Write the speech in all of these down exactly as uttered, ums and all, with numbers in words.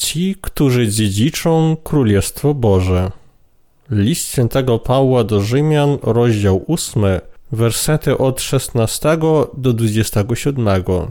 Ci, którzy dziedziczą Królestwo Boże. List świętego Pawła do Rzymian, rozdział ósmy, wersety od szesnastego do dwudziestego siódmego.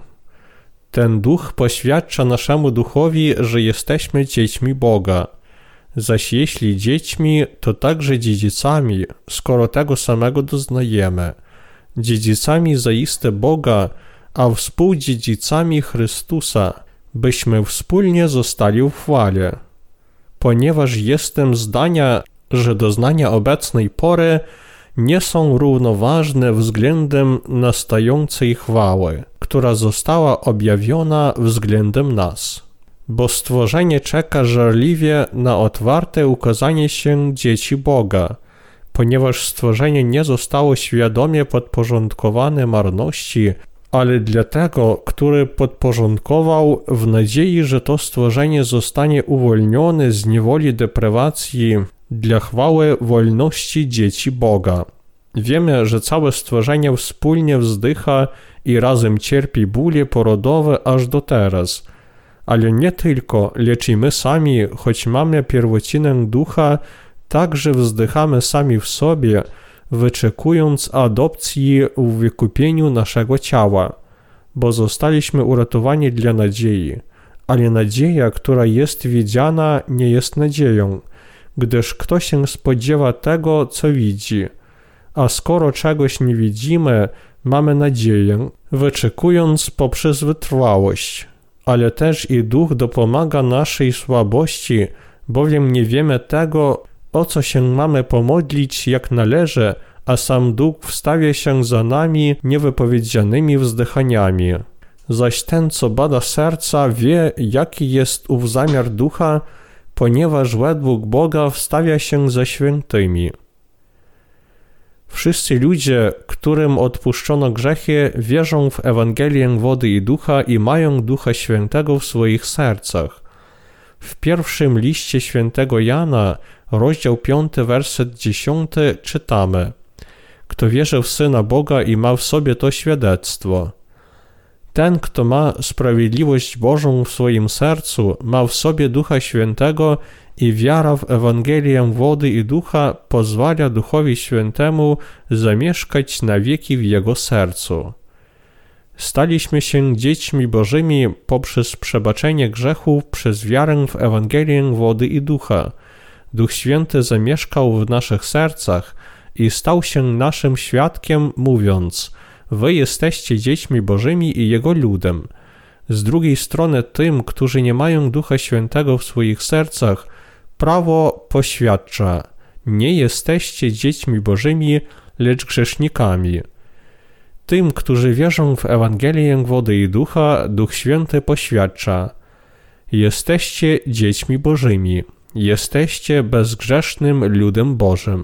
Ten duch poświadcza naszemu duchowi, że jesteśmy dziećmi Boga. Zaś jeśli dziećmi, to także dziedzicami, skoro tego samego doznajemy. Dziedzicami zaiste Boga, a współdziedzicami Chrystusa, byśmy wspólnie zostali w chwale. Ponieważ jestem zdania, że doznania obecnej pory nie są równoważne względem nastającej chwały, która została objawiona względem nas. Bo stworzenie czeka żarliwie na otwarte ukazanie się dzieci Boga, ponieważ stworzenie nie zostało świadomie podporządkowane marności, ale dla tego, który podporządkował w nadziei, że to stworzenie zostanie uwolnione z niewoli deprawacji dla chwały wolności dzieci Boga. Wiemy, że całe stworzenie wspólnie wzdycha i razem cierpi bóle porodowe aż do teraz. Ale nie tylko, lecz i my sami, choć mamy pierwocinę ducha, także wzdychamy sami w sobie, wyczekując adopcji w wykupieniu naszego ciała, bo zostaliśmy uratowani dla nadziei. Ale nadzieja, która jest widziana, nie jest nadzieją, gdyż kto się spodziewa tego, co widzi. A skoro czegoś nie widzimy, mamy nadzieję, wyczekując poprzez wytrwałość. Ale też i Duch dopomaga naszej słabości, bowiem nie wiemy tego, o co się mamy pomodlić jak należy, a sam Duch wstawia się za nami niewypowiedzianymi wzdychaniami. Zaś ten, co bada serca, wie, jaki jest ów zamiar Ducha, ponieważ według Boga wstawia się za świętymi. Wszyscy ludzie, którym odpuszczono grzechy, wierzą w Ewangelię wody i ducha i mają Ducha Świętego w swoich sercach. W pierwszym liście świętego Jana, rozdział piąty, werset dziesiąty, czytamy: Kto wierzy w Syna Boga i ma w sobie to świadectwo. Ten, kto ma sprawiedliwość Bożą w swoim sercu, ma w sobie Ducha Świętego i wiara w Ewangelię wody i ducha pozwala Duchowi Świętemu zamieszkać na wieki w jego sercu. Staliśmy się dziećmi Bożymi poprzez przebaczenie grzechów przez wiarę w Ewangelię wody i ducha. Duch Święty zamieszkał w naszych sercach i stał się naszym świadkiem, mówiąc: Wy jesteście dziećmi Bożymi i Jego ludem. Z drugiej strony tym, którzy nie mają Ducha Świętego w swoich sercach, prawo poświadcza: nie jesteście dziećmi Bożymi, lecz grzesznikami. Tym, którzy wierzą w Ewangelię wody i ducha, Duch Święty poświadcza: jesteście dziećmi Bożymi, jesteście bezgrzesznym ludem Bożym.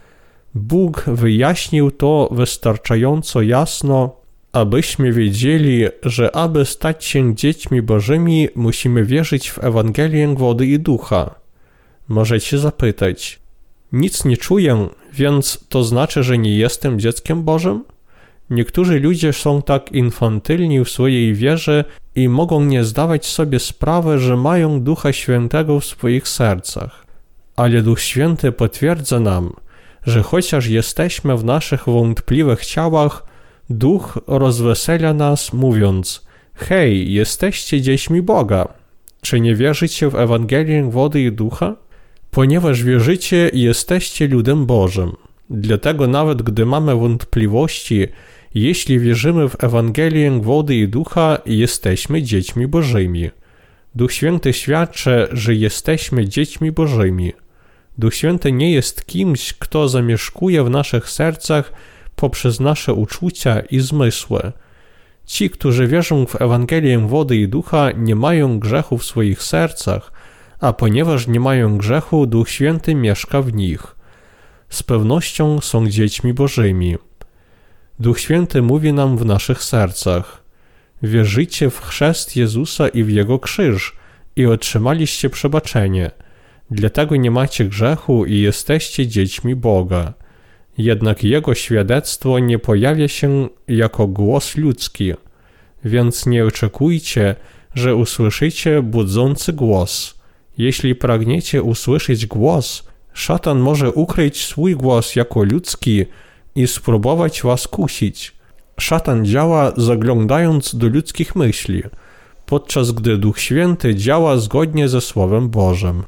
Bóg wyjaśnił to wystarczająco jasno, abyśmy wiedzieli, że aby stać się dziećmi Bożymi, musimy wierzyć w Ewangelię wody i ducha. Możecie zapytać: nic nie czuję, więc to znaczy, że nie jestem dzieckiem Bożym? Niektórzy ludzie są tak infantylni w swojej wierze i mogą nie zdawać sobie sprawy, że mają Ducha Świętego w swoich sercach. Ale Duch Święty potwierdza nam, że chociaż jesteśmy w naszych wątpliwych ciałach, Duch rozwesela nas, mówiąc: hej, jesteście dziećmi Boga. Czy nie wierzycie w Ewangelię wody i ducha? Ponieważ wierzycie, jesteście ludem Bożym. Dlatego nawet gdy mamy wątpliwości, jeśli wierzymy w Ewangelię wody i ducha, jesteśmy dziećmi Bożymi. Duch Święty świadczy, że jesteśmy dziećmi Bożymi. Duch Święty nie jest kimś, kto zamieszkuje w naszych sercach poprzez nasze uczucia i zmysły. Ci, którzy wierzą w Ewangelię wody i ducha, nie mają grzechu w swoich sercach, a ponieważ nie mają grzechu, Duch Święty mieszka w nich. Z pewnością są dziećmi Bożymi. Duch Święty mówi nam w naszych sercach: wierzycie w chrzest Jezusa i w Jego krzyż i otrzymaliście przebaczenie. Dlatego nie macie grzechu i jesteście dziećmi Boga. Jednak Jego świadectwo nie pojawia się jako głos ludzki, więc nie oczekujcie, że usłyszycie budzący głos. Jeśli pragniecie usłyszeć głos, szatan może ukryć swój głos jako ludzki i spróbować was kusić. Szatan działa zaglądając do ludzkich myśli, podczas gdy Duch Święty działa zgodnie ze Słowem Bożym.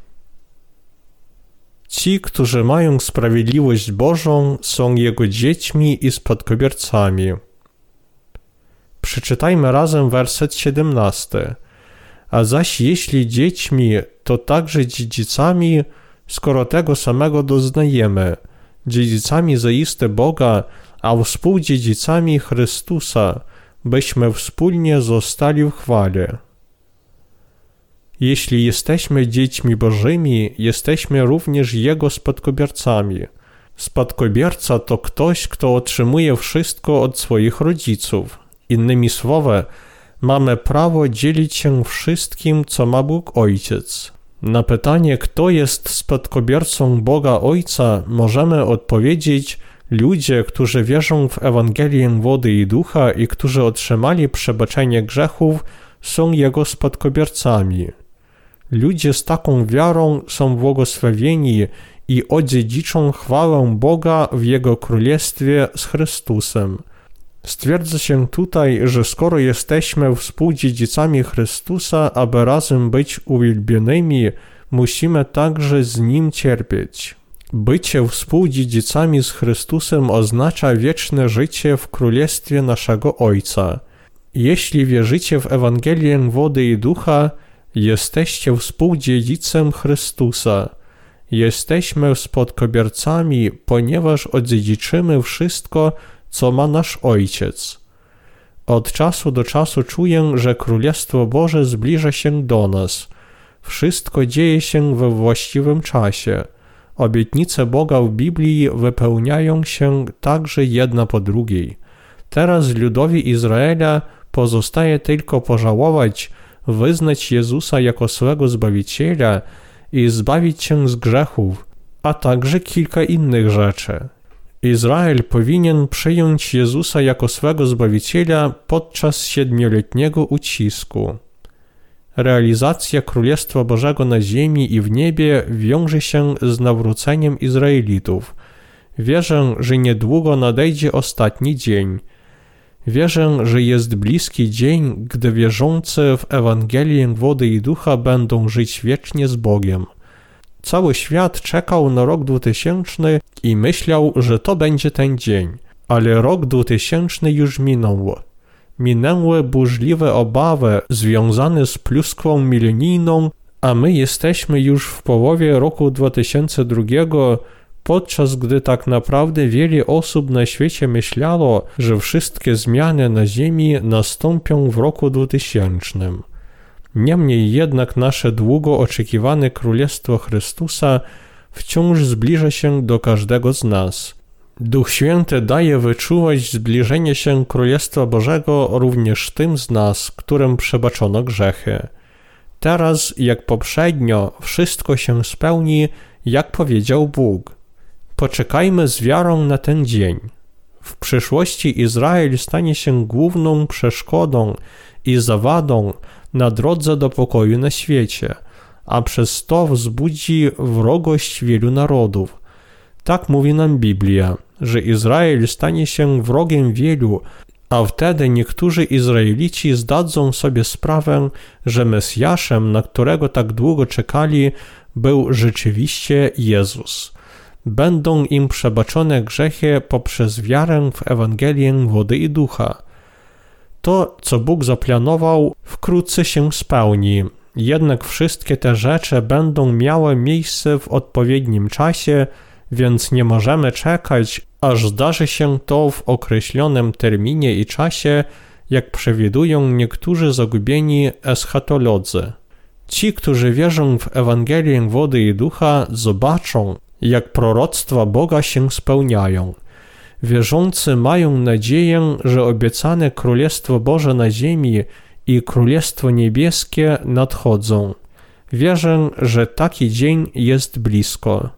Ci, którzy mają sprawiedliwość Bożą, są Jego dziećmi i spadkobiercami. Przeczytajmy razem werset siedemnasty. A zaś jeśli dziećmi, to także dziedzicami, skoro tego samego doznajemy, dziedzicami zaiste Boga, a współdziedzicami Chrystusa, byśmy wspólnie zostali w chwale. Jeśli jesteśmy dziećmi Bożymi, jesteśmy również Jego spadkobiercami. Spadkobierca to ktoś, kto otrzymuje wszystko od swoich rodziców. Innymi słowy, mamy prawo dzielić się wszystkim, co ma Bóg Ojciec. Na pytanie, kto jest spadkobiercą Boga Ojca, możemy odpowiedzieć: ludzie, którzy wierzą w Ewangelię wody i ducha i którzy otrzymali przebaczenie grzechów, są Jego spadkobiercami. Ludzie z taką wiarą są błogosławieni i odziedziczą chwałę Boga w Jego Królestwie z Chrystusem. Stwierdza się tutaj, że skoro jesteśmy współdziedzicami Chrystusa, aby razem być uwielbionymi, musimy także z Nim cierpieć. Bycie współdziedzicami z Chrystusem oznacza wieczne życie w Królestwie naszego Ojca. Jeśli wierzycie w Ewangelię wody i ducha, jesteście współdziedzicem Chrystusa. Jesteśmy spadkobiercami, ponieważ odziedziczymy wszystko, co ma nasz Ojciec. Od czasu do czasu czuję, że Królestwo Boże zbliża się do nas. Wszystko dzieje się we właściwym czasie. Obietnice Boga w Biblii wypełniają się także jedna po drugiej. Teraz ludowi Izraela pozostaje tylko pożałować, wyznać Jezusa jako swego Zbawiciela i zbawić się z grzechów, a także kilka innych rzeczy. Izrael powinien przyjąć Jezusa jako swego Zbawiciela podczas siedmioletniego ucisku. Realizacja Królestwa Bożego na ziemi i w niebie wiąże się z nawróceniem Izraelitów. Wierzę, że niedługo nadejdzie ostatni dzień. Wierzę, że jest bliski dzień, gdy wierzący w Ewangelię wody i ducha będą żyć wiecznie z Bogiem. Cały świat czekał na rok dwutysięczny i myślał, że to będzie ten dzień, ale rok dwutysięczny już minął. Minęły burzliwe obawy związane z pluskwą milenijną, a my jesteśmy już w połowie roku dwa tysiące drugiego, podczas gdy tak naprawdę wiele osób na świecie myślało, że wszystkie zmiany na ziemi nastąpią w roku dwutysięcznym. Niemniej jednak nasze długo oczekiwane Królestwo Chrystusa wciąż zbliża się do każdego z nas. Duch Święty daje wyczuwać zbliżenie się Królestwa Bożego również tym z nas, którym przebaczono grzechy. Teraz, jak poprzednio, wszystko się spełni, jak powiedział Bóg. Poczekajmy z wiarą na ten dzień. W przyszłości Izrael stanie się główną przeszkodą i zawadą na drodze do pokoju na świecie, a przez to wzbudzi wrogość wielu narodów. Tak mówi nam Biblia, że Izrael stanie się wrogiem wielu, a wtedy niektórzy Izraelici zdadzą sobie sprawę, że Mesjaszem, na którego tak długo czekali, był rzeczywiście Jezus. Będą im przebaczone grzechy poprzez wiarę w Ewangelię wody i ducha. To, co Bóg zaplanował, wkrótce się spełni, jednak wszystkie te rzeczy będą miały miejsce w odpowiednim czasie, więc nie możemy czekać, aż zdarzy się to w określonym terminie i czasie, jak przewidują niektórzy zagubieni eschatolodzy. Ci, którzy wierzą w Ewangelię wody i ducha, zobaczą, jak proroctwa Boga się spełniają. Wierzący mają nadzieję, że obiecane Królestwo Boże na ziemi i Królestwo Niebieskie nadchodzą. Wierzę, że taki dzień jest blisko.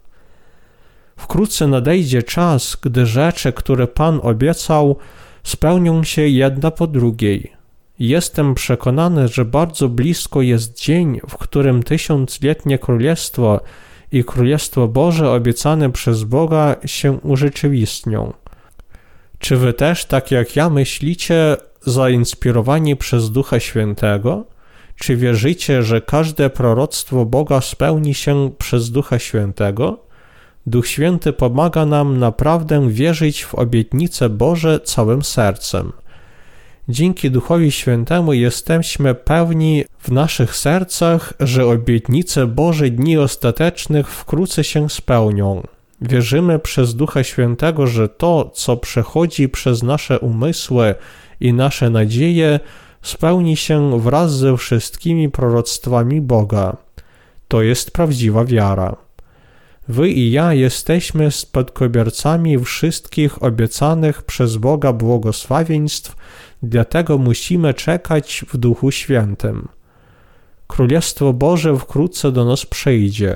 Wkrótce nadejdzie czas, gdy rzeczy, które Pan obiecał, spełnią się jedna po drugiej. Jestem przekonany, że bardzo blisko jest dzień, w którym tysiącletnie królestwo i Królestwo Boże obiecane przez Boga się urzeczywistnią. Czy wy też, tak jak ja, myślicie, zainspirowani przez Ducha Świętego? Czy wierzycie, że każde proroctwo Boga spełni się przez Ducha Świętego? Duch Święty pomaga nam naprawdę wierzyć w obietnice Boże całym sercem. Dzięki Duchowi Świętemu jesteśmy pewni w naszych sercach, że obietnice Boże dni ostatecznych wkrótce się spełnią. Wierzymy przez Ducha Świętego, że to, co przechodzi przez nasze umysły i nasze nadzieje, spełni się wraz ze wszystkimi proroctwami Boga. To jest prawdziwa wiara. Wy i ja jesteśmy spadkobiercami wszystkich obiecanych przez Boga błogosławieństw, dlatego musimy czekać w Duchu Świętym. Królestwo Boże wkrótce do nas przyjdzie.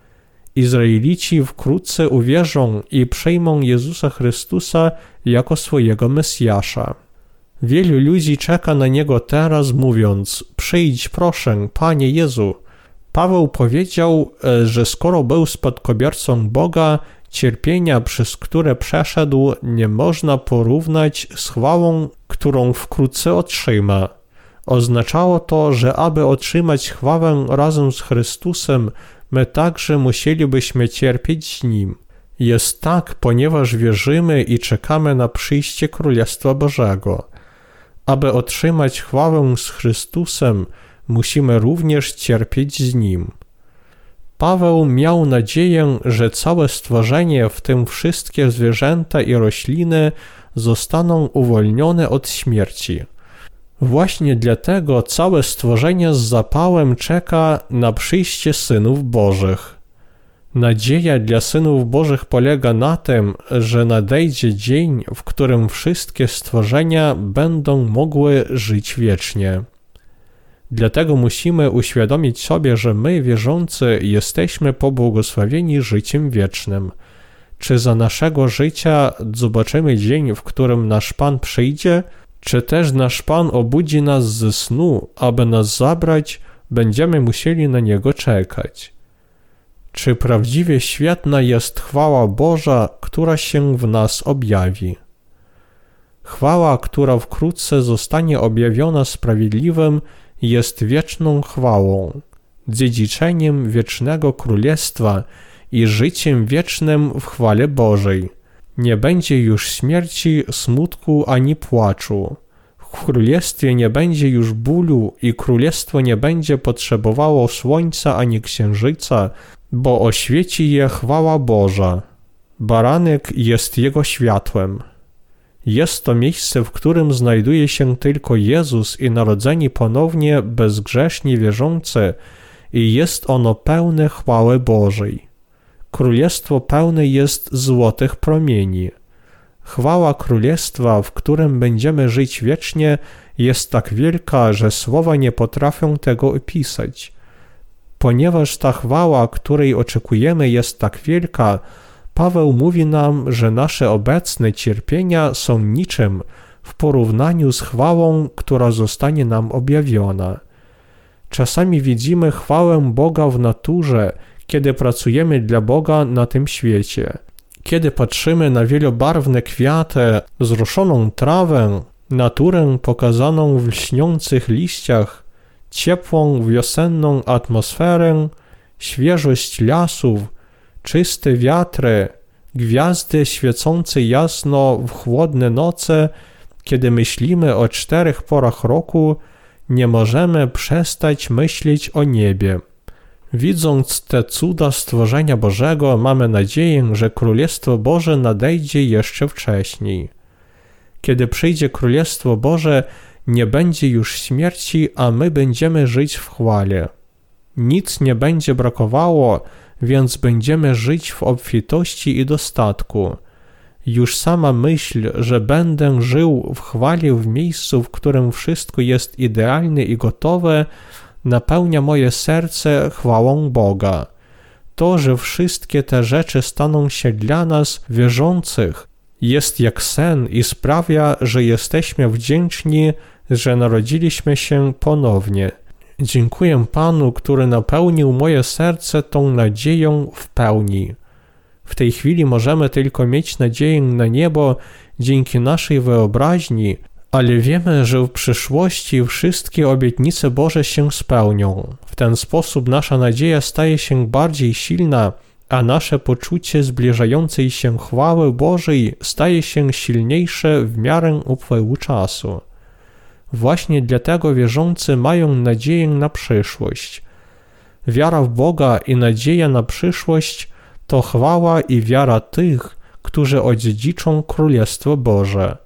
Izraelici wkrótce uwierzą i przyjmą Jezusa Chrystusa jako swojego Mesjasza. Wielu ludzi czeka na Niego teraz, mówiąc: przyjdź proszę, Panie Jezu. Paweł powiedział, że skoro był spadkobiercą Boga, cierpienia, przez które przeszedł, nie można porównać z chwałą, którą wkrótce otrzyma. Oznaczało to, że aby otrzymać chwałę razem z Chrystusem, my także musielibyśmy cierpieć z Nim. Jest tak, ponieważ wierzymy i czekamy na przyjście Królestwa Bożego. Aby otrzymać chwałę z Chrystusem, musimy również cierpieć z Nim. Paweł miał nadzieję, że całe stworzenie, w tym wszystkie zwierzęta i rośliny, zostaną uwolnione od śmierci. Właśnie dlatego całe stworzenie z zapałem czeka na przyjście synów Bożych. Nadzieja dla synów Bożych polega na tym, że nadejdzie dzień, w którym wszystkie stworzenia będą mogły żyć wiecznie. Dlatego musimy uświadomić sobie, że my, wierzący, jesteśmy pobłogosławieni życiem wiecznym. Czy za naszego życia zobaczymy dzień, w którym nasz Pan przyjdzie, czy też nasz Pan obudzi nas ze snu, aby nas zabrać, będziemy musieli na Niego czekać. Czy prawdziwie świetna jest chwała Boża, która się w nas objawi? Chwała, która wkrótce zostanie objawiona sprawiedliwym, jest wieczną chwałą, dziedziczeniem wiecznego królestwa i życiem wiecznym w chwale Bożej. Nie będzie już śmierci, smutku ani płaczu. W królestwie nie będzie już bólu i królestwo nie będzie potrzebowało słońca ani księżyca, bo oświeci je chwała Boża. Baranek jest jego światłem. Jest to miejsce, w którym znajduje się tylko Jezus i narodzeni ponownie bezgrzesznie wierzący, i jest ono pełne chwały Bożej. Królestwo pełne jest złotych promieni. Chwała Królestwa, w którym będziemy żyć wiecznie, jest tak wielka, że słowa nie potrafią tego opisać. Ponieważ ta chwała, której oczekujemy, jest tak wielka, Paweł mówi nam, że nasze obecne cierpienia są niczym w porównaniu z chwałą, która zostanie nam objawiona. Czasami widzimy chwałę Boga w naturze, kiedy pracujemy dla Boga na tym świecie. Kiedy patrzymy na wielobarwne kwiaty, wzruszoną trawę, naturę pokazaną w lśniących liściach, ciepłą wiosenną atmosferę, świeżość lasów, czyste wiatry, gwiazdy świecące jasno w chłodne noce, kiedy myślimy o czterech porach roku, nie możemy przestać myśleć o niebie. Widząc te cuda stworzenia Bożego, mamy nadzieję, że Królestwo Boże nadejdzie jeszcze wcześniej. Kiedy przyjdzie Królestwo Boże, nie będzie już śmierci, a my będziemy żyć w chwale. Nic nie będzie brakowało, więc będziemy żyć w obfitości i dostatku. Już sama myśl, że będę żył w chwale w miejscu, w którym wszystko jest idealne i gotowe, napełnia moje serce chwałą Boga. To, że wszystkie te rzeczy staną się dla nas, wierzących, jest jak sen i sprawia, że jesteśmy wdzięczni że narodziliśmy się ponownie. Dziękuję Panu, który napełnił moje serce tą nadzieją w pełni. W tej chwili możemy tylko mieć nadzieję na niebo dzięki naszej wyobraźni, ale wiemy, że w przyszłości wszystkie obietnice Boże się spełnią. W ten sposób nasza nadzieja staje się bardziej silna, a nasze poczucie zbliżającej się chwały Bożej staje się silniejsze w miarę upływu czasu. Właśnie dlatego wierzący mają nadzieję na przyszłość. Wiara w Boga i nadzieja na przyszłość to chwała i wiara tych, którzy odziedziczą Królestwo Boże.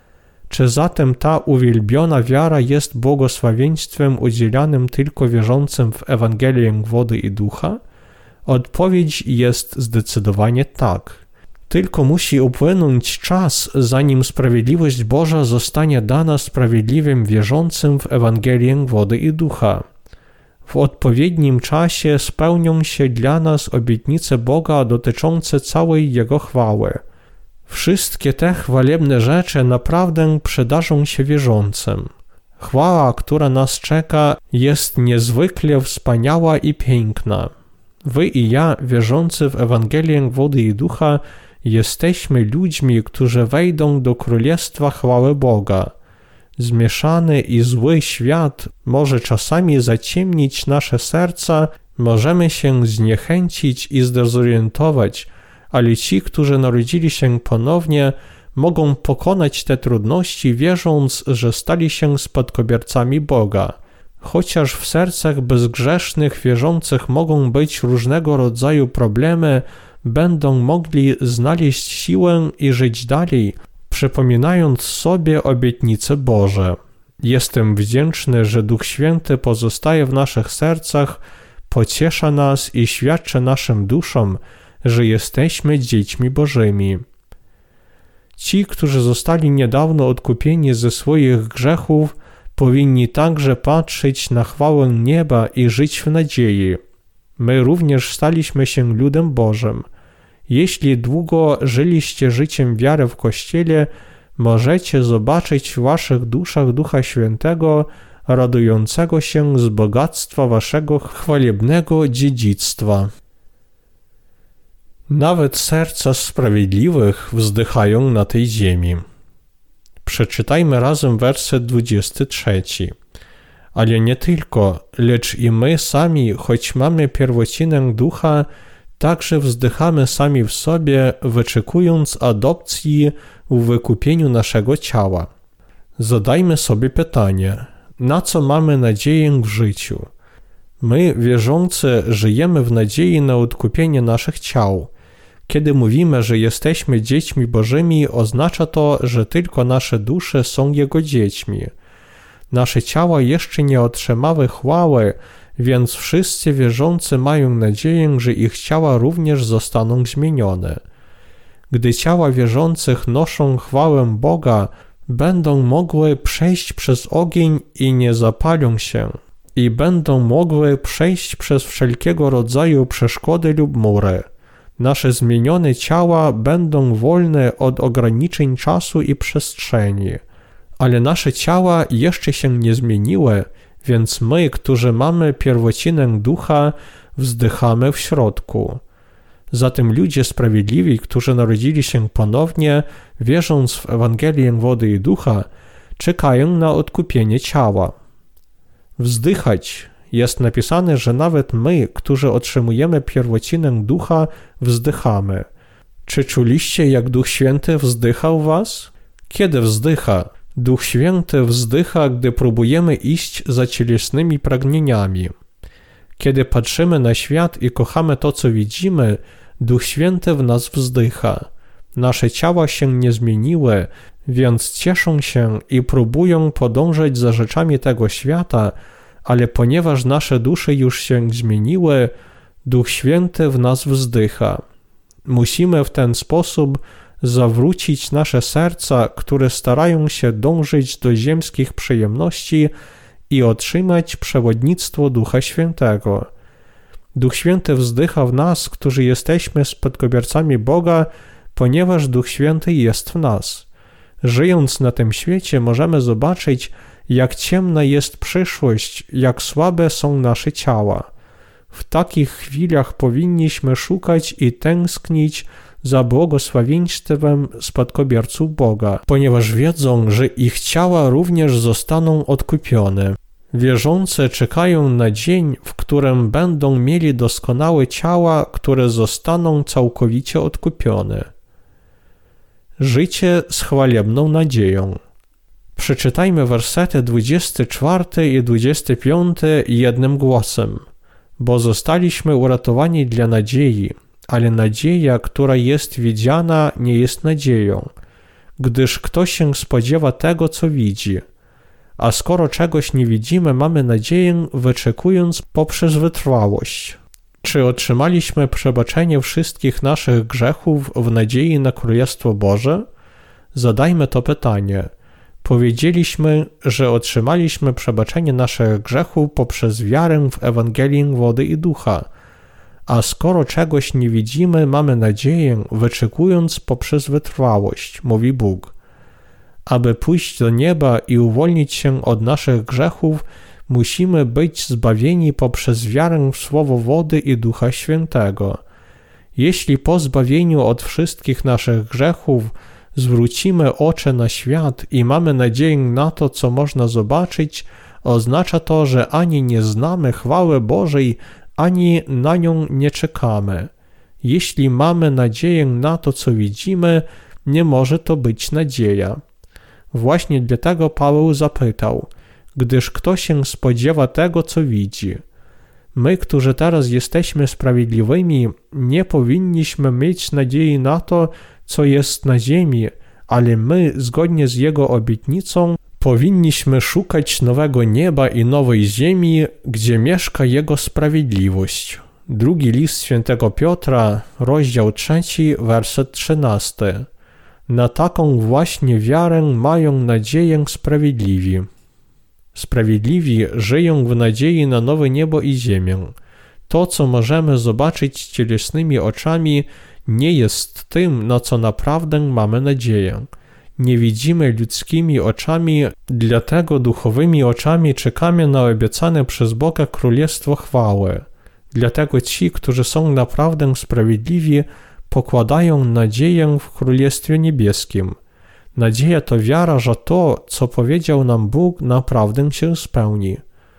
Czy zatem ta uwielbiona wiara jest błogosławieństwem udzielanym tylko wierzącym w Ewangelię wody i ducha? Odpowiedź jest zdecydowanie tak. Tylko musi upłynąć czas, zanim sprawiedliwość Boża zostanie dana sprawiedliwym wierzącym w Ewangelię wody i ducha. W odpowiednim czasie spełnią się dla nas obietnice Boga dotyczące całej Jego chwały. Wszystkie te chwalebne rzeczy naprawdę przydarzą się wierzącym. Chwała, która nas czeka, jest niezwykle wspaniała i piękna. Wy i ja, wierzący w Ewangelię wody i ducha, jesteśmy ludźmi, którzy wejdą do Królestwa chwały Boga. Zmieszany i zły świat może czasami zaciemnić nasze serca, możemy się zniechęcić i zdezorientować, ale ci, którzy narodzili się ponownie, mogą pokonać te trudności, wierząc, że stali się spadkobiercami Boga. Chociaż w sercach bezgrzesznych wierzących mogą być różnego rodzaju problemy, będą mogli znaleźć siłę i żyć dalej, przypominając sobie obietnice Boże. Jestem wdzięczny, że Duch Święty pozostaje w naszych sercach, pociesza nas i świadczy naszym duszom, że jesteśmy dziećmi Bożymi. Ci, którzy zostali niedawno odkupieni ze swoich grzechów, powinni także patrzeć na chwałę nieba i żyć w nadziei. My również staliśmy się ludem Bożym. Jeśli długo żyliście życiem wiary w Kościele, możecie zobaczyć w waszych duszach Ducha Świętego, radującego się z bogactwa waszego chwalebnego dziedzictwa. Nawet serca sprawiedliwych wzdychają na tej ziemi. Przeczytajmy razem werset dwudziesty trzeci. Ale nie tylko, lecz i my sami, choć mamy pierwocinę ducha, także wzdychamy sami w sobie, wyczekując adopcji w wykupieniu naszego ciała. Zadajmy sobie pytanie, na co mamy nadzieję w życiu? My, wierzący, żyjemy w nadziei na odkupienie naszych ciał. Kiedy mówimy, że jesteśmy dziećmi Bożymi, oznacza to, że tylko nasze dusze są Jego dziećmi. Nasze ciała jeszcze nie otrzymały chwały, więc wszyscy wierzący mają nadzieję, że ich ciała również zostaną zmienione. Gdy ciała wierzących noszą chwałę Boga, będą mogły przejść przez ogień i nie zapalą się, i będą mogły przejść przez wszelkiego rodzaju przeszkody lub mury. Nasze zmienione ciała będą wolne od ograniczeń czasu i przestrzeni. Ale nasze ciała jeszcze się nie zmieniły, więc my, którzy mamy pierwocinę ducha, wzdychamy w środku. Zatem ludzie sprawiedliwi, którzy narodzili się ponownie, wierząc w Ewangelię wody i ducha, czekają na odkupienie ciała. Wzdychać jest napisane, że nawet my, którzy otrzymujemy pierwocinę ducha, wzdychamy. Czy czuliście, jak Duch Święty wzdychał was? Kiedy wzdycha? Duch Święty wzdycha, gdy próbujemy iść za cielesnymi pragnieniami. Kiedy patrzymy na świat i kochamy to, co widzimy, Duch Święty w nas wzdycha. Nasze ciała się nie zmieniły, więc cieszą się i próbują podążać za rzeczami tego świata, ale ponieważ nasze dusze już się zmieniły, Duch Święty w nas wzdycha. Musimy w ten sposób zawrócić nasze serca, które starają się dążyć do ziemskich przyjemności i otrzymać przewodnictwo Ducha Świętego. Duch Święty wzdycha w nas, którzy jesteśmy spadkobiercami Boga, ponieważ Duch Święty jest w nas. Żyjąc na tym świecie, możemy zobaczyć, jak ciemna jest przyszłość, jak słabe są nasze ciała. W takich chwilach powinniśmy szukać i tęsknić za błogosławieństwem spadkobierców Boga, ponieważ wiedzą, że ich ciała również zostaną odkupione. Wierzący czekają na dzień, w którym będą mieli doskonałe ciała, które zostaną całkowicie odkupione. Życie z chwalebną nadzieją. Przeczytajmy wersety dwudziesty czwarty i dwudziesty piąty jednym głosem. Bo zostaliśmy uratowani dla nadziei, ale nadzieja, która jest widziana, nie jest nadzieją, gdyż kto się spodziewa tego, co widzi. A skoro czegoś nie widzimy, mamy nadzieję, wyczekując poprzez wytrwałość. Czy otrzymaliśmy przebaczenie wszystkich naszych grzechów w nadziei na Królestwo Boże? Zadajmy to pytanie. Powiedzieliśmy, że otrzymaliśmy przebaczenie naszych grzechów poprzez wiarę w Ewangelię wody i ducha. A skoro czegoś nie widzimy, mamy nadzieję, wyczekując poprzez wytrwałość, mówi Bóg. Aby pójść do nieba i uwolnić się od naszych grzechów, musimy być zbawieni poprzez wiarę w Słowo wody i Ducha Świętego. Jeśli po zbawieniu od wszystkich naszych grzechów zwrócimy oczy na świat i mamy nadzieję na to, co można zobaczyć, oznacza to, że ani nie znamy chwały Bożej, ani na nią nie czekamy. Jeśli mamy nadzieję na to, co widzimy, nie może to być nadzieja. Właśnie dlatego Paweł zapytał, gdyż kto się spodziewa tego, co widzi? My, którzy teraz jesteśmy sprawiedliwymi, nie powinniśmy mieć nadziei na to, co jest na ziemi, ale my, zgodnie z Jego obietnicą, powinniśmy szukać nowego nieba i nowej ziemi, gdzie mieszka Jego sprawiedliwość. Drugi list świętego Piotra, rozdział trzeci, werset trzynasty. Na taką właśnie wiarę mają nadzieję sprawiedliwi. Sprawiedliwi żyją w nadziei na nowe niebo i ziemię. To, co możemy zobaczyć cielesnymi oczami, nie jest tym, na co naprawdę mamy nadzieję. Nie widzimy ludzkimi oczami, dlatego duchowymi oczami czekamy na obiecane przez Boga Królestwo chwały. Dlatego ci, którzy są naprawdę sprawiedliwi, pokładają nadzieję w Królestwie Niebieskim. Nadzieja to wiara, że to, co powiedział nam Bóg, naprawdę się spełni.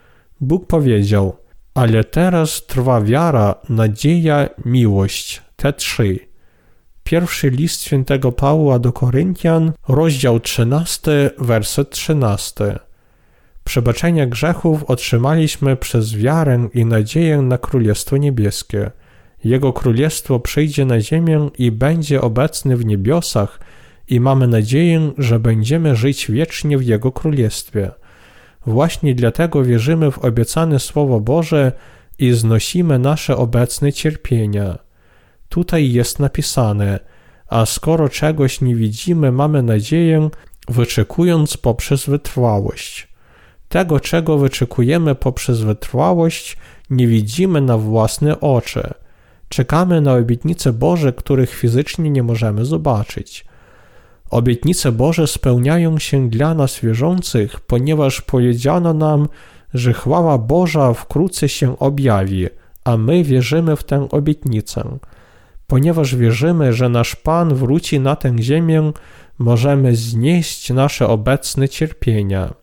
Bóg powiedział, ale teraz trwa wiara, nadzieja, miłość. Te trzy. Pierwszy list świętego Pawła do Koryntian, rozdział trzynasty, werset trzynasty. Przebaczenie grzechów otrzymaliśmy przez wiarę i nadzieję na Królestwo Niebieskie. Jego Królestwo przyjdzie na ziemię i będzie obecny w niebiosach i mamy nadzieję, że będziemy żyć wiecznie w Jego Królestwie. Właśnie dlatego wierzymy w obiecane Słowo Boże i znosimy nasze obecne cierpienia. Tutaj jest napisane, a skoro czegoś nie widzimy, mamy nadzieję, wyczekując poprzez wytrwałość. Tego, czego wyczekujemy poprzez wytrwałość, nie widzimy na własne oczy. Czekamy na obietnice Boże, których fizycznie nie możemy zobaczyć. Obietnice Boże spełniają się dla nas wierzących, ponieważ powiedziano nam, że chwała Boża wkrótce się objawi, a my wierzymy w tę obietnicę. Ponieważ wierzymy, że nasz Pan wróci na tę ziemię, możemy znieść nasze obecne cierpienia.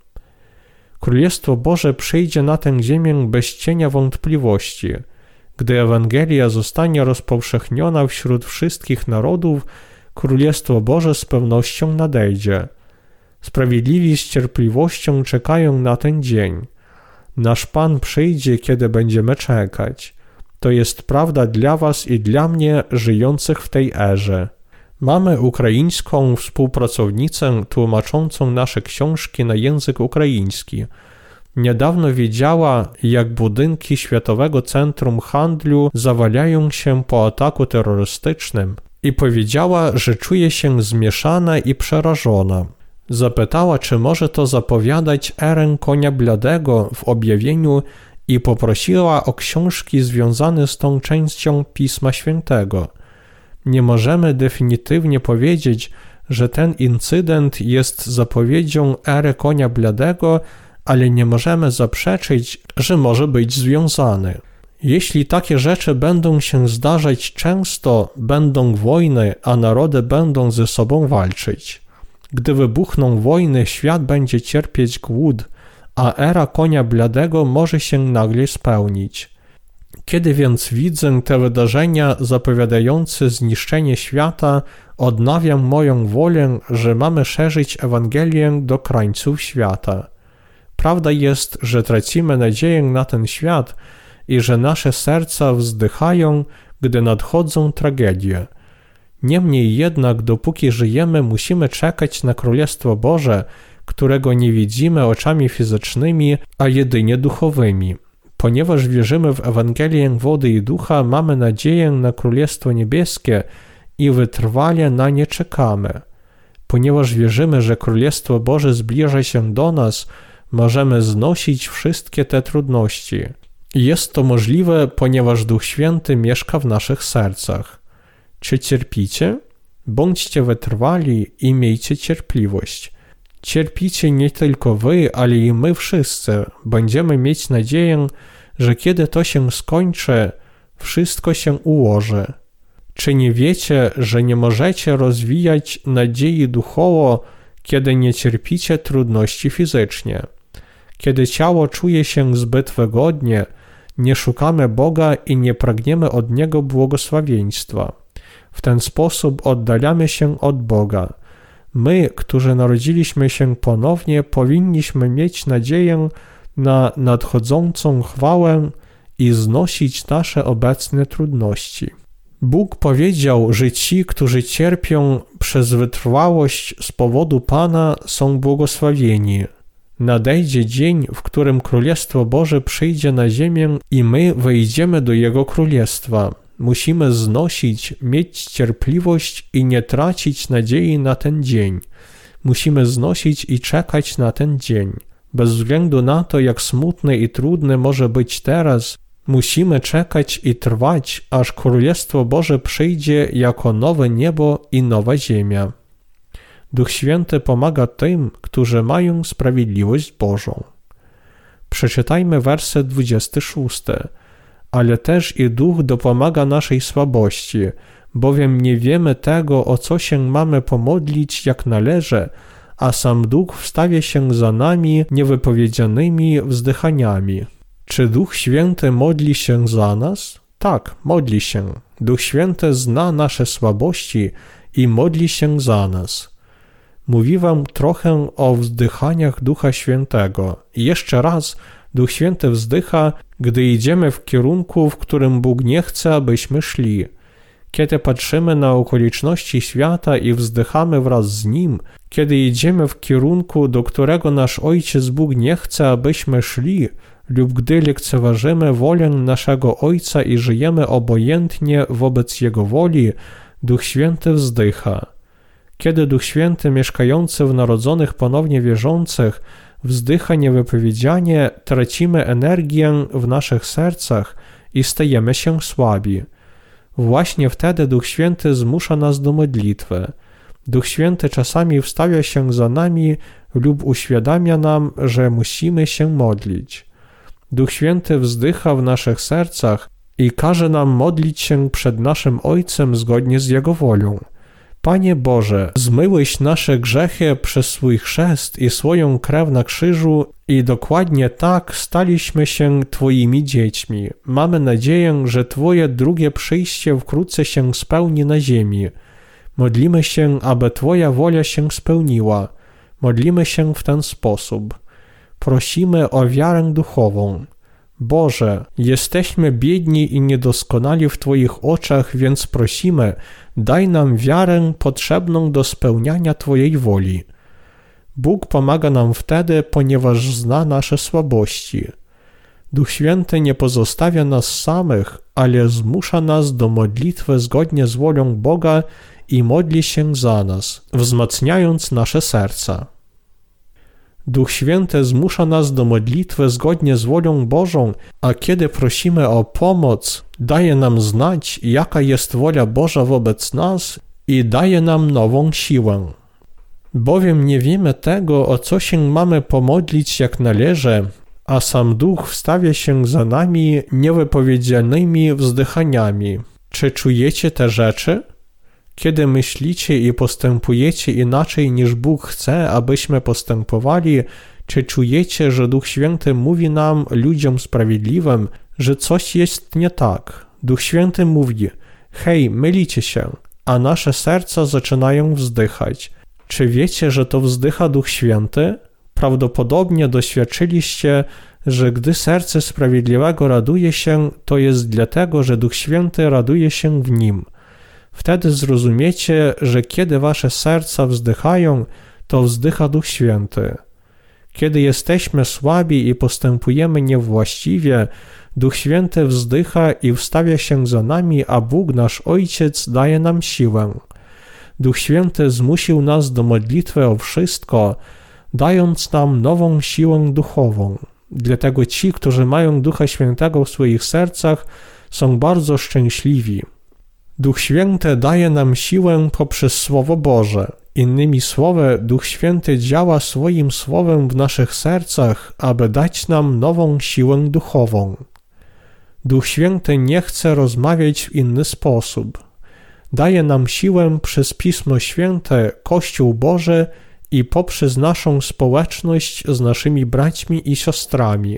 Królestwo Boże przyjdzie na tę ziemię bez cienia wątpliwości. Gdy Ewangelia zostanie rozpowszechniona wśród wszystkich narodów, Królestwo Boże z pewnością nadejdzie. Sprawiedliwi z cierpliwością czekają na ten dzień. Nasz Pan przyjdzie, kiedy będziemy czekać. To jest prawda dla was i dla mnie, żyjących w tej erze. Mamy ukraińską współpracownicę tłumaczącą nasze książki na język ukraiński. Niedawno wiedziała, jak budynki Światowego Centrum Handlu zawalają się po ataku terrorystycznym i powiedziała, że czuje się zmieszana i przerażona. Zapytała, czy może to zapowiadać erę konia bladego w objawieniu i poprosiła o książki związane z tą częścią Pisma Świętego. Nie możemy definitywnie powiedzieć, że ten incydent jest zapowiedzią ery konia bladego, ale nie możemy zaprzeczyć, że może być związany. Jeśli takie rzeczy będą się zdarzać często, będą wojny, a narody będą ze sobą walczyć. Gdy wybuchną wojny, świat będzie cierpieć głód, a era konia bladego może się nagle spełnić. Kiedy więc widzę te wydarzenia zapowiadające zniszczenie świata, odnawiam moją wolę, że mamy szerzyć Ewangelię do krańców świata. Prawda jest, że tracimy nadzieję na ten świat i że nasze serca wzdychają, gdy nadchodzą tragedie. Niemniej jednak, dopóki żyjemy, musimy czekać na Królestwo Boże, którego nie widzimy oczami fizycznymi, a jedynie duchowymi. Ponieważ wierzymy w Ewangelię wody i ducha, mamy nadzieję na Królestwo Niebieskie i wytrwale na nie czekamy. Ponieważ wierzymy, że Królestwo Boże zbliża się do nas, możemy znosić wszystkie te trudności. Jest to możliwe, ponieważ Duch Święty mieszka w naszych sercach. Czy cierpicie? Bądźcie wytrwali i miejcie cierpliwość. Cierpicie nie tylko wy, ale i my wszyscy. Będziemy mieć nadzieję, że kiedy to się skończy, wszystko się ułoży. Czy nie wiecie, że nie możecie rozwijać nadziei duchowo, kiedy nie cierpicie trudności fizycznie? Kiedy ciało czuje się zbyt wygodnie, nie szukamy Boga i nie pragniemy od Niego błogosławieństwa. W ten sposób oddalamy się od Boga. My, którzy narodziliśmy się ponownie, powinniśmy mieć nadzieję na nadchodzącą chwałę i znosić nasze obecne trudności. Bóg powiedział, że ci, którzy cierpią przez wytrwałość z powodu Pana, są błogosławieni. Nadejdzie dzień, w którym Królestwo Boże przyjdzie na ziemię i my wejdziemy do Jego Królestwa. Musimy znosić, mieć cierpliwość i nie tracić nadziei na ten dzień. Musimy znosić i czekać na ten dzień. Bez względu na to, jak smutny i trudny może być teraz, musimy czekać i trwać, aż Królestwo Boże przyjdzie jako nowe niebo i nowa ziemia. Duch Święty pomaga tym, którzy mają sprawiedliwość Bożą. Przeczytajmy werset dwudziesty szósty. Ale też i Duch dopomaga naszej słabości, bowiem nie wiemy tego, o co się mamy pomodlić jak należy, a sam Duch wstawia się za nami niewypowiedzianymi wzdychaniami. Czy Duch Święty modli się za nas? Tak, modli się. Duch Święty zna nasze słabości i modli się za nas. Mówiłem trochę o wzdychaniach Ducha Świętego. I jeszcze raz, Duch Święty wzdycha, gdy idziemy w kierunku, w którym Bóg nie chce, abyśmy szli. Kiedy patrzymy na okoliczności świata i wzdychamy wraz z Nim, kiedy idziemy w kierunku, do którego nasz Ojciec Bóg nie chce, abyśmy szli, lub gdy lekceważymy wolę naszego Ojca i żyjemy obojętnie wobec Jego woli, Duch Święty wzdycha. Kiedy Duch Święty mieszkający w narodzonych ponownie wierzących wzdycha niewypowiedzianie, tracimy energię w naszych sercach i stajemy się słabi. Właśnie wtedy Duch Święty zmusza nas do modlitwy. Duch Święty czasami wstawia się za nami lub uświadamia nam, że musimy się modlić. Duch Święty wzdycha w naszych sercach i każe nam modlić się przed naszym Ojcem zgodnie z Jego wolą. Panie Boże, zmyłeś nasze grzechy przez swój chrzest i swoją krew na krzyżu i dokładnie tak staliśmy się Twoimi dziećmi. Mamy nadzieję, że Twoje drugie przyjście wkrótce się spełni na ziemi. Modlimy się, aby Twoja wola się spełniła. Modlimy się w ten sposób. Prosimy o wiarę duchową. Boże, jesteśmy biedni i niedoskonali w Twoich oczach, więc prosimy, daj nam wiarę potrzebną do spełniania Twojej woli. Bóg pomaga nam wtedy, ponieważ zna nasze słabości. Duch Święty nie pozostawia nas samych, ale zmusza nas do modlitwy zgodnie z wolą Boga i modli się za nas, wzmacniając nasze serca. Duch Święty zmusza nas do modlitwy zgodnie z wolą Bożą, a kiedy prosimy o pomoc, daje nam znać, jaka jest wola Boża wobec nas i daje nam nową siłę. Bowiem nie wiemy tego, o co się mamy pomodlić jak należy, a sam Duch wstawia się za nami niewypowiedzianymi wzdychaniami. Czy czujecie te rzeczy? Kiedy myślicie i postępujecie inaczej niż Bóg chce, abyśmy postępowali, czy czujecie, że Duch Święty mówi nam, ludziom sprawiedliwym, że coś jest nie tak? Duch Święty mówi: hej, mylicie się, a nasze serca zaczynają wzdychać. Czy wiecie, że to wzdycha Duch Święty? Prawdopodobnie doświadczyliście, że gdy serce sprawiedliwego raduje się, to jest dlatego, że Duch Święty raduje się w nim. Wtedy zrozumiecie, że kiedy wasze serca wzdychają, to wzdycha Duch Święty. Kiedy jesteśmy słabi i postępujemy niewłaściwie, Duch Święty wzdycha i wstawia się za nami, a Bóg nasz Ojciec daje nam siłę. Duch Święty zmusił nas do modlitwy o wszystko, dając nam nową siłę duchową. Dlatego ci, którzy mają Ducha Świętego w swoich sercach, są bardzo szczęśliwi. Duch Święty daje nam siłę poprzez Słowo Boże. Innymi słowy, Duch Święty działa swoim Słowem w naszych sercach, aby dać nam nową siłę duchową. Duch Święty nie chce rozmawiać w inny sposób. Daje nam siłę przez Pismo Święte, Kościół Boży i poprzez naszą społeczność z naszymi braćmi i siostrami.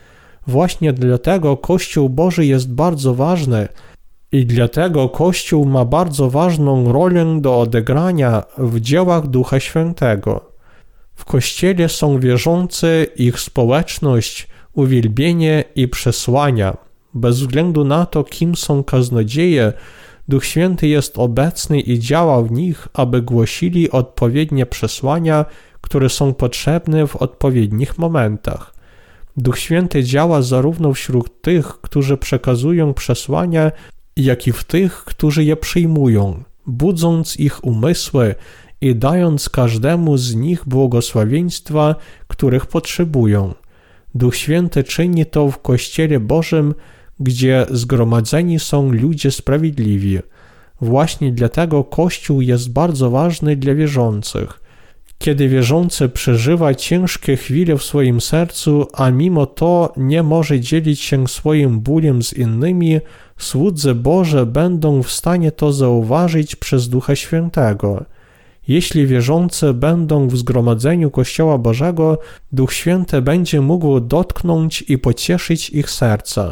Właśnie dlatego Kościół Boży jest bardzo ważny i dlatego Kościół ma bardzo ważną rolę do odegrania w dziełach Ducha Świętego. W Kościele są wierzący, ich społeczność, uwielbienie i przesłania. Bez względu na to, kim są kaznodzieje, Duch Święty jest obecny i działa w nich, aby głosili odpowiednie przesłania, które są potrzebne w odpowiednich momentach. Duch Święty działa zarówno wśród tych, którzy przekazują przesłania, jak i w tych, którzy je przyjmują, budząc ich umysły i dając każdemu z nich błogosławieństwa, których potrzebują. Duch Święty czyni to w Kościele Bożym, gdzie zgromadzeni są ludzie sprawiedliwi. Właśnie dlatego Kościół jest bardzo ważny dla wierzących. Kiedy wierzący przeżywa ciężkie chwile w swoim sercu, a mimo to nie może dzielić się swoim bólem z innymi, słudzy Boże będą w stanie to zauważyć przez Ducha Świętego. Jeśli wierzący będą w zgromadzeniu Kościoła Bożego, Duch Święty będzie mógł dotknąć i pocieszyć ich serca.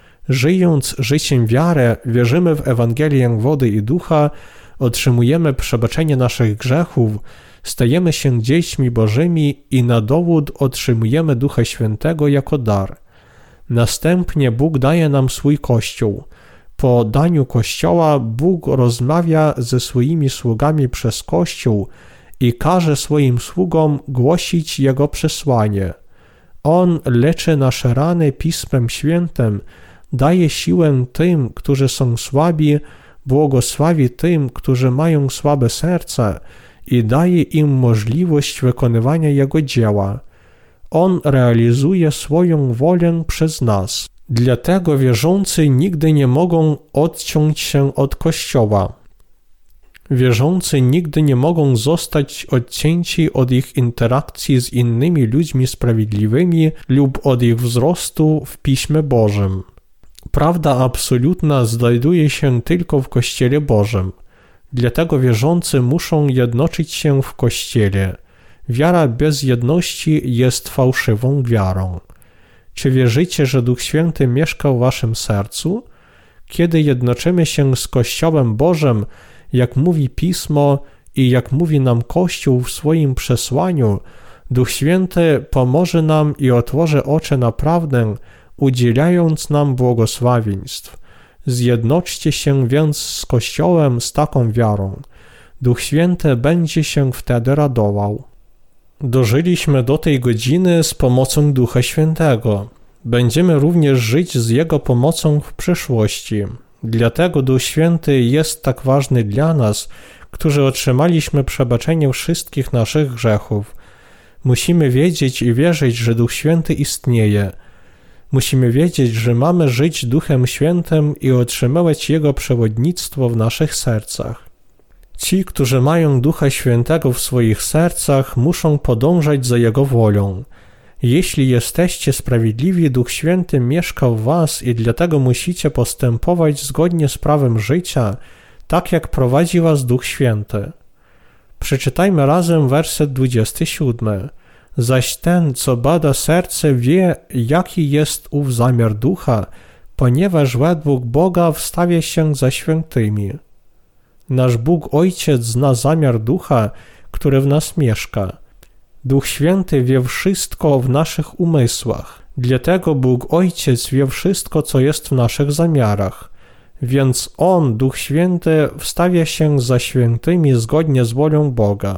Żyjąc życiem wiary, wierzymy w Ewangelię wody i ducha, otrzymujemy przebaczenie naszych grzechów, stajemy się dziećmi Bożymi i na dowód otrzymujemy Ducha Świętego jako dar. Następnie Bóg daje nam swój Kościół. Po daniu Kościoła Bóg rozmawia ze swoimi sługami przez Kościół i każe swoim sługom głosić Jego przesłanie. On leczy nasze rany Pismem Świętym, daje siłę tym, którzy są słabi, błogosławi tym, którzy mają słabe serce i daje im możliwość wykonywania Jego dzieła. On realizuje swoją wolę przez nas. Dlatego wierzący nigdy nie mogą odciąć się od Kościoła. Wierzący nigdy nie mogą zostać odcięci od ich interakcji z innymi ludźmi sprawiedliwymi lub od ich wzrostu w Piśmie Bożym. Prawda absolutna znajduje się tylko w Kościele Bożym. Dlatego wierzący muszą jednoczyć się w Kościele. Wiara bez jedności jest fałszywą wiarą. Czy wierzycie, że Duch Święty mieszka w waszym sercu? Kiedy jednoczymy się z Kościołem Bożym, jak mówi Pismo i jak mówi nam Kościół w swoim przesłaniu, Duch Święty pomoże nam i otworzy oczy na prawdę, udzielając nam błogosławieństw. Zjednoczcie się więc z Kościołem z taką wiarą. Duch Święty będzie się wtedy radował. Dożyliśmy do tej godziny z pomocą Ducha Świętego. Będziemy również żyć z Jego pomocą w przyszłości. Dlatego Duch Święty jest tak ważny dla nas, którzy otrzymaliśmy przebaczenie wszystkich naszych grzechów. Musimy wiedzieć i wierzyć, że Duch Święty istnieje. Musimy wiedzieć, że mamy żyć Duchem Świętym i otrzymywać Jego przewodnictwo w naszych sercach. Ci, którzy mają Ducha Świętego w swoich sercach, muszą podążać za Jego wolą. Jeśli jesteście sprawiedliwi, Duch Święty mieszka w was i dlatego musicie postępować zgodnie z prawem życia, tak jak prowadzi was Duch Święty. Przeczytajmy razem werset dwudziesty siódmy. Zaś ten, co bada serce, wie, jaki jest ów zamiar Ducha, ponieważ według Boga wstawia się za świętymi. Nasz Bóg Ojciec zna zamiar Ducha, który w nas mieszka. Duch Święty wie wszystko w naszych umysłach, dlatego Bóg Ojciec wie wszystko, co jest w naszych zamiarach. Więc On, Duch Święty, wstawia się za świętymi zgodnie z wolą Boga.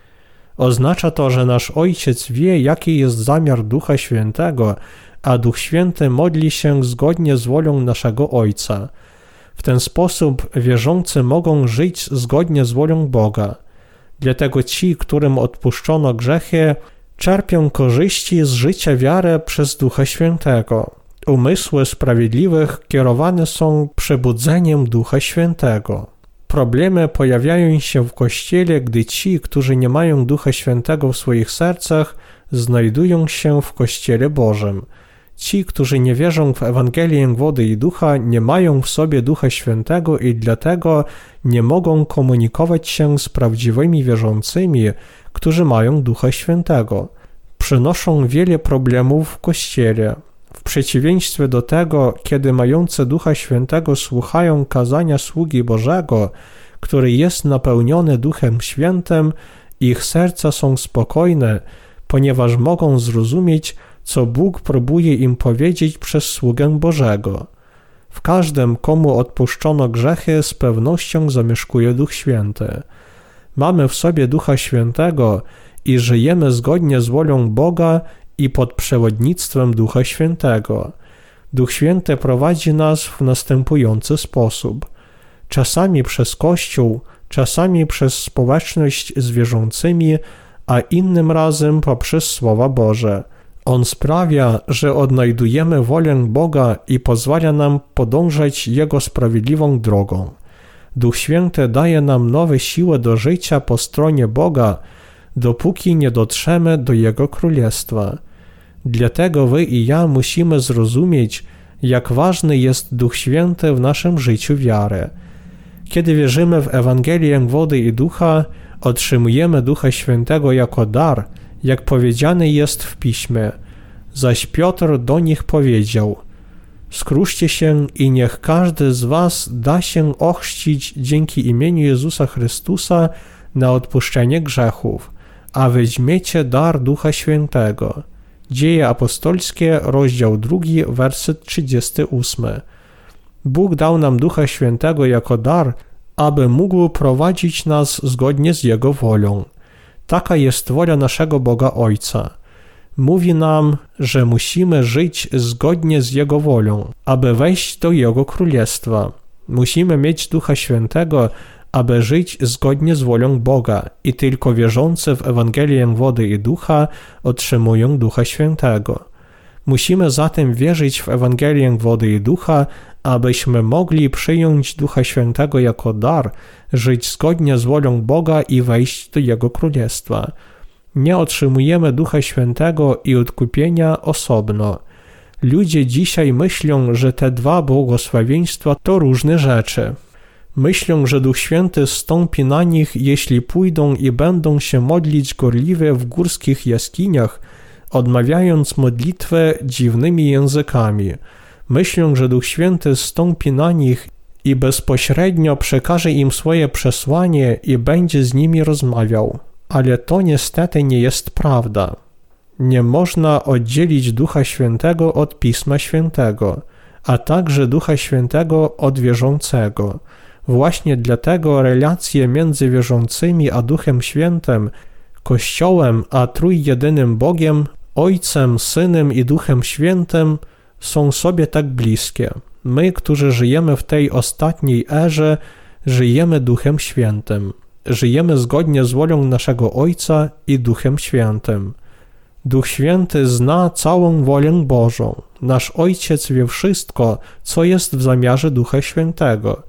Oznacza to, że nasz Ojciec wie, jaki jest zamiar Ducha Świętego, a Duch Święty modli się zgodnie z wolą naszego Ojca. W ten sposób wierzący mogą żyć zgodnie z wolą Boga. Dlatego ci, którym odpuszczono grzechy, czerpią korzyści z życia wiary przez Ducha Świętego. Umysły sprawiedliwych kierowane są przebudzeniem Ducha Świętego. Problemy pojawiają się w Kościele, gdy ci, którzy nie mają Ducha Świętego w swoich sercach, znajdują się w Kościele Bożym. Ci, którzy nie wierzą w Ewangelię wody i ducha, nie mają w sobie Ducha Świętego i dlatego nie mogą komunikować się z prawdziwymi wierzącymi, którzy mają Ducha Świętego. Przynoszą wiele problemów w Kościele. W przeciwieństwie do tego, kiedy mający Ducha Świętego słuchają kazania sługi Bożego, który jest napełniony Duchem Świętym, ich serca są spokojne, ponieważ mogą zrozumieć, co Bóg próbuje im powiedzieć przez sługę Bożego. W każdym, komu odpuszczono grzechy, z pewnością zamieszkuje Duch Święty. Mamy w sobie Ducha Świętego i żyjemy zgodnie z wolą Boga i pod przewodnictwem Ducha Świętego. Duch Święty prowadzi nas w następujący sposób. Czasami przez Kościół, czasami przez społeczność z wierzącymi, a innym razem poprzez Słowa Boże. On sprawia, że odnajdujemy wolę Boga i pozwala nam podążać Jego sprawiedliwą drogą. Duch Święty daje nam nowe siły do życia po stronie Boga, dopóki nie dotrzemy do Jego Królestwa. Dlatego wy i ja musimy zrozumieć, jak ważny jest Duch Święty w naszym życiu wiary. Kiedy wierzymy w Ewangelię wody i ducha, otrzymujemy Ducha Świętego jako dar, jak powiedziane jest w Piśmie. Zaś Piotr do nich powiedział: skruszcie się i niech każdy z was da się ochrzcić dzięki imieniu Jezusa Chrystusa na odpuszczenie grzechów, a weźmiecie dar Ducha Świętego. Dzieje apostolskie, rozdział drugi, werset trzydziesty ósmy. Bóg dał nam Ducha Świętego jako dar, aby mógł prowadzić nas zgodnie z Jego wolą. Taka jest wola naszego Boga Ojca. Mówi nam, że musimy żyć zgodnie z Jego wolą, aby wejść do Jego Królestwa. Musimy mieć Ducha Świętego, aby żyć zgodnie z wolą Boga i tylko wierzący w Ewangelię wody i ducha otrzymują Ducha Świętego. Musimy zatem wierzyć w Ewangelię wody i ducha, abyśmy mogli przyjąć Ducha Świętego jako dar, żyć zgodnie z wolą Boga i wejść do Jego Królestwa. Nie otrzymujemy Ducha Świętego i odkupienia osobno. Ludzie dzisiaj myślą, że te dwa błogosławieństwa to różne rzeczy. Myślą, że Duch Święty zstąpi na nich, jeśli pójdą i będą się modlić gorliwie w górskich jaskiniach, odmawiając modlitwę dziwnymi językami. Myślą, że Duch Święty zstąpi na nich i bezpośrednio przekaże im swoje przesłanie i będzie z nimi rozmawiał. Ale to niestety nie jest prawda. Nie można oddzielić Ducha Świętego od Pisma Świętego, a także Ducha Świętego od wierzącego. Właśnie dlatego relacje między wierzącymi a Duchem Świętym, Kościołem a trójjedynym Bogiem, Ojcem, Synem i Duchem Świętym są sobie tak bliskie. My, którzy żyjemy w tej ostatniej erze, żyjemy Duchem Świętym. Żyjemy zgodnie z wolą naszego Ojca i Duchem Świętym. Duch Święty zna całą wolę Bożą. Nasz Ojciec wie wszystko, co jest w zamiarze Ducha Świętego.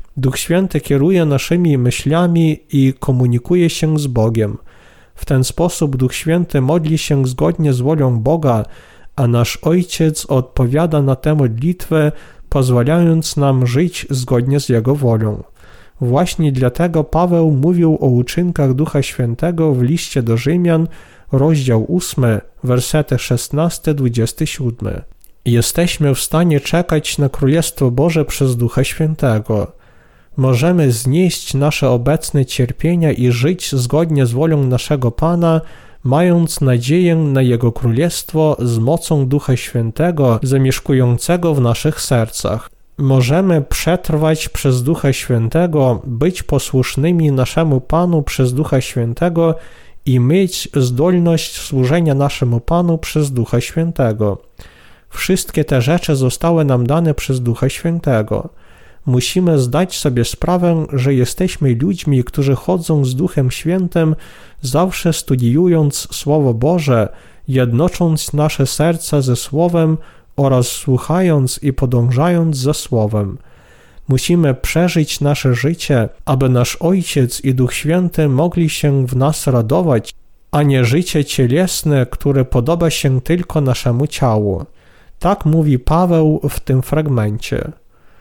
Duch Święty kieruje naszymi myślami i komunikuje się z Bogiem. W ten sposób Duch Święty modli się zgodnie z wolą Boga, a nasz Ojciec odpowiada na tę modlitwę, pozwalając nam żyć zgodnie z Jego wolą. Właśnie dlatego Paweł mówił o uczynkach Ducha Świętego w liście do Rzymian, rozdział ósmy, wersety szesnasty do dwudziestego siódmego. Jesteśmy w stanie czekać na Królestwo Boże przez Ducha Świętego. Możemy znieść nasze obecne cierpienia i żyć zgodnie z wolą naszego Pana, mając nadzieję na Jego Królestwo z mocą Ducha Świętego zamieszkującego w naszych sercach. Możemy przetrwać przez Ducha Świętego, być posłusznymi naszemu Panu przez Ducha Świętego i mieć zdolność służenia naszemu Panu przez Ducha Świętego. Wszystkie te rzeczy zostały nam dane przez Ducha Świętego. Musimy zdać sobie sprawę, że jesteśmy ludźmi, którzy chodzą z Duchem Świętym, zawsze studiując Słowo Boże, jednocząc nasze serca ze Słowem oraz słuchając i podążając za Słowem. Musimy przeżyć nasze życie, aby nasz Ojciec i Duch Święty mogli się w nas radować, a nie życie cielesne, które podoba się tylko naszemu ciału. Tak mówi Paweł w tym fragmencie.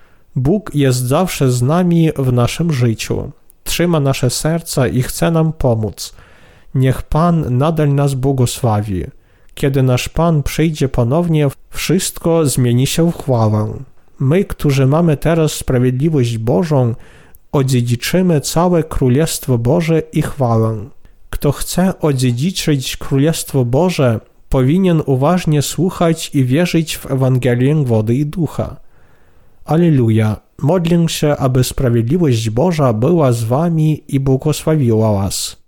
Bóg jest zawsze z nami w naszym życiu. Trzyma nasze serca i chce nam pomóc. Niech Pan nadal nas błogosławi. Kiedy nasz Pan przyjdzie ponownie, wszystko zmieni się w chwałę. My, którzy mamy teraz sprawiedliwość Bożą, odziedziczymy całe Królestwo Boże i chwałę. Kto chce odziedziczyć Królestwo Boże, powinien uważnie słuchać i wierzyć w Ewangelię wody i ducha. Alleluja! Modlę się, aby sprawiedliwość Boża była z wami i błogosławiła was.